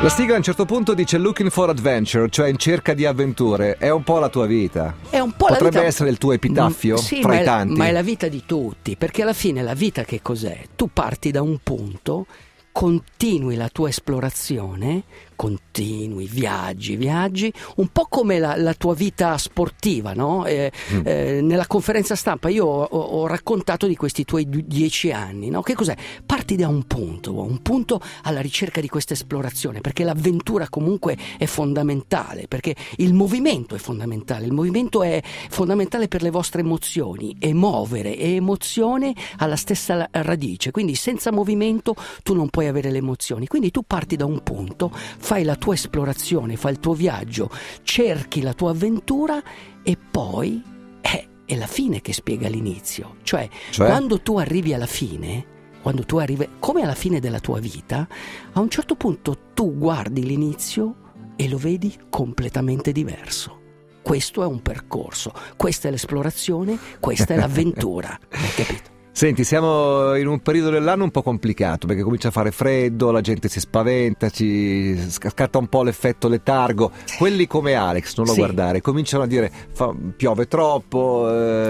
La sigla a un certo punto dice looking for adventure, cioè in cerca di avventure. È un po' la tua vita. È un po' Potrebbe la vita... essere il tuo epitaffio sì, fra i tanti. Ma è la vita di tutti, perché alla fine la vita che cos'è? Tu parti da un punto, continui la tua esplorazione, continui, viaggi, un po' come la tua vita sportiva, no? Nella conferenza stampa io ho raccontato di questi tuoi 10 anni, no? Che cos'è? Parti da un punto alla ricerca di questa esplorazione, perché l'avventura comunque è fondamentale, perché il movimento è fondamentale, il movimento è fondamentale per le vostre emozioni, emovere e emozione alla stessa radice, quindi senza movimento tu non puoi avere le emozioni, quindi tu parti da un punto, fai la tua esplorazione, fai il tuo viaggio, cerchi la tua avventura e poi è la fine che spiega l'inizio. Cioè quando tu arrivi alla fine, come alla fine della tua vita, a un certo punto tu guardi l'inizio e lo vedi completamente diverso. Questo è un percorso, questa è l'esplorazione, questa è l'avventura, hai capito? Senti, siamo in un periodo dell'anno un po' complicato perché comincia a fare freddo, la gente si spaventa, ci scatta un po' l'effetto letargo. Quelli come Alex, non lo guardare, cominciano a dire piove troppo,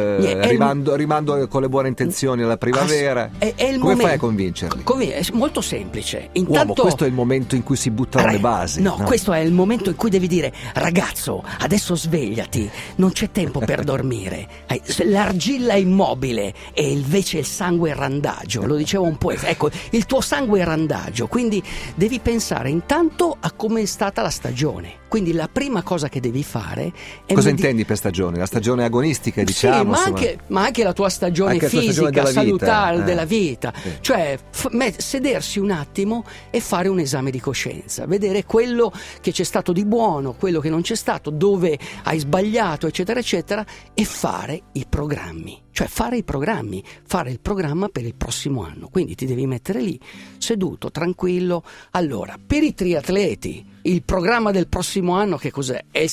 rimando con le buone intenzioni alla primavera. Come fai a convincerli? È molto semplice. Uomo, questo è il momento in cui si buttano le basi. No, questo è il momento in cui devi dire: ragazzo, adesso svegliati, non c'è tempo per dormire. L'argilla è immobile e invece il sangue è randagio, lo diceva un poeta. Ecco, il tuo sangue è randagio, quindi devi pensare intanto a come è stata la stagione. Quindi la prima cosa che devi fare è... Cosa intendi per stagione? La stagione agonistica, diciamo? Sì, ma anche la tua stagione fisica, salutare della vita. Sì. Cioè sedersi un attimo e fare un esame di coscienza, vedere quello che c'è stato di buono, quello che non c'è stato, dove hai sbagliato, eccetera, eccetera, e fare i programmi. Cioè fare il programma per il prossimo anno. Quindi ti devi mettere lì, seduto, tranquillo. Allora, per i triatleti, il programma del prossimo anno che cos'è? È il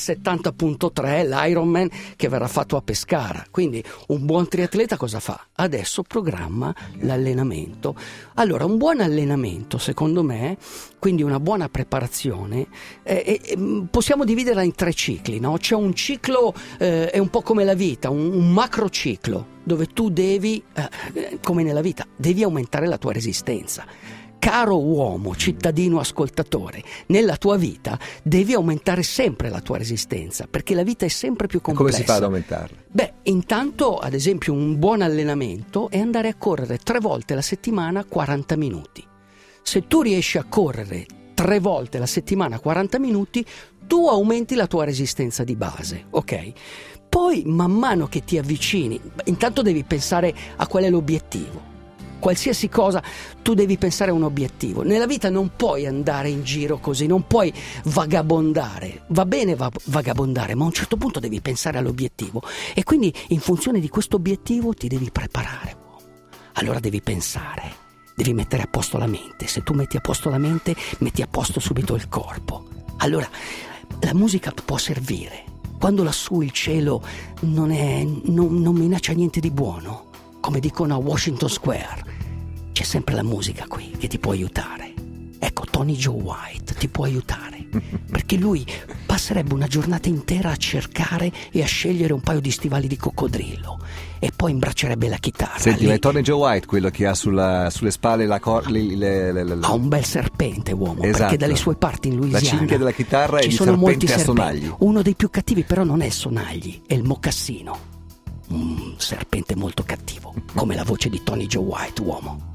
70.3, l'Ironman che verrà fatto a Pescara. Quindi un buon triatleta cosa fa? Adesso programma l'allenamento. Allora, un buon allenamento, secondo me, quindi una buona preparazione, possiamo dividerla in 3 cicli, no? C'è un ciclo, è un po' come la vita, un macro ciclo, dove tu devi, come nella vita, devi aumentare la tua resistenza. Caro uomo, cittadino ascoltatore, nella tua vita devi aumentare sempre la tua resistenza, perché la vita è sempre più complessa. Come si fa ad aumentarla? Beh, intanto, ad esempio, un buon allenamento è andare a correre 3 volte la settimana 40 minuti. Se tu riesci a correre 3 volte la settimana 40 minuti, tu aumenti la tua resistenza di base, ok? Poi, man mano che ti avvicini, intanto devi pensare a qual è l'obiettivo. Qualsiasi cosa, tu devi pensare a un obiettivo. Nella vita non puoi andare in giro così, non puoi vagabondare. Va bene vagabondare, ma a un certo punto devi pensare all'obiettivo. E quindi, in funzione di questo obiettivo, ti devi preparare, uomo. Allora devi pensare, devi mettere a posto la mente. Se tu metti a posto la mente, metti a posto subito il corpo. Allora, la musica può servire. Quando lassù il cielo non minaccia niente di buono, come dicono a Washington Square, c'è sempre la musica qui che ti può aiutare. Ecco, Tony Joe White ti può aiutare, perché lui passerebbe una giornata intera a cercare e a scegliere un paio di stivali di coccodrillo e poi imbraccerebbe la chitarra. Senti, ma è Tony Joe White quello che ha sulle spalle ha un bel serpente, uomo, esatto. Perché dalle sue parti in Louisiana la cinghia della chitarra ci e di sono molti serpente a serpenti. sonagli. Uno dei più cattivi però non è il sonagli, è il mocassino. Un serpente molto cattivo, come la voce di Tony Joe White, uomo.